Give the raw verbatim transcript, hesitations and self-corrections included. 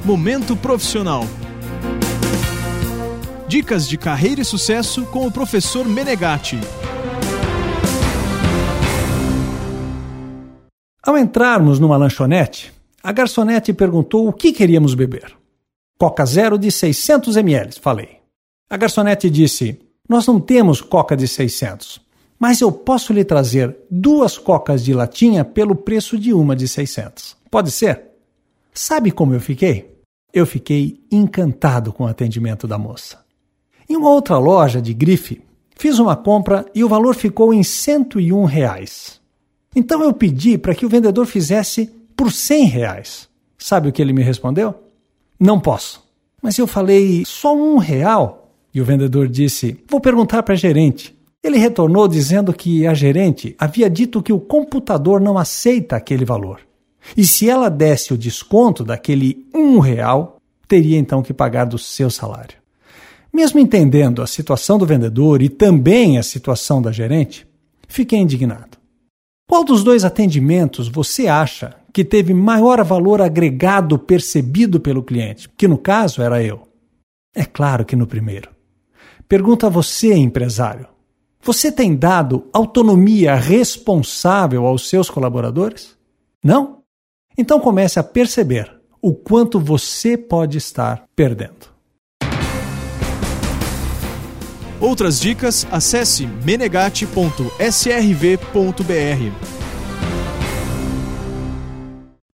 Momento Profissional. Dicas de carreira e sucesso com o professor Menegatti. Ao entrarmos numa lanchonete, a garçonete perguntou o que queríamos beber. Coca Zero de seiscentos mililitros, falei. A garçonete disse, nós não temos Coca de seiscentos, mas eu posso lhe trazer duas Cocas de latinha pelo preço de uma de seiscentos. Pode ser? Sabe como eu fiquei? Eu fiquei encantado com o atendimento da moça. Em uma outra loja de grife, fiz uma compra e o valor ficou em cento e um reais. Então eu pedi para que o vendedor fizesse por cem reais. Sabe o que ele me respondeu? Não posso. Mas eu falei, só um real? E o vendedor disse, vou perguntar para a gerente. Ele retornou dizendo que a gerente havia dito que o computador não aceita aquele valor. E se ela desse o desconto daquele um real, teria então que pagar do seu salário. Mesmo entendendo a situação do vendedor e também a situação da gerente, fiquei indignado. Qual dos dois atendimentos você acha que teve maior valor agregado percebido pelo cliente, que no caso era eu? É claro que no primeiro. Pergunto a você, empresário. Você tem dado autonomia responsável aos seus colaboradores? Não? Então comece a perceber o quanto você pode estar perdendo. Outras dicas, acesse menegatti ponto s r v ponto b r.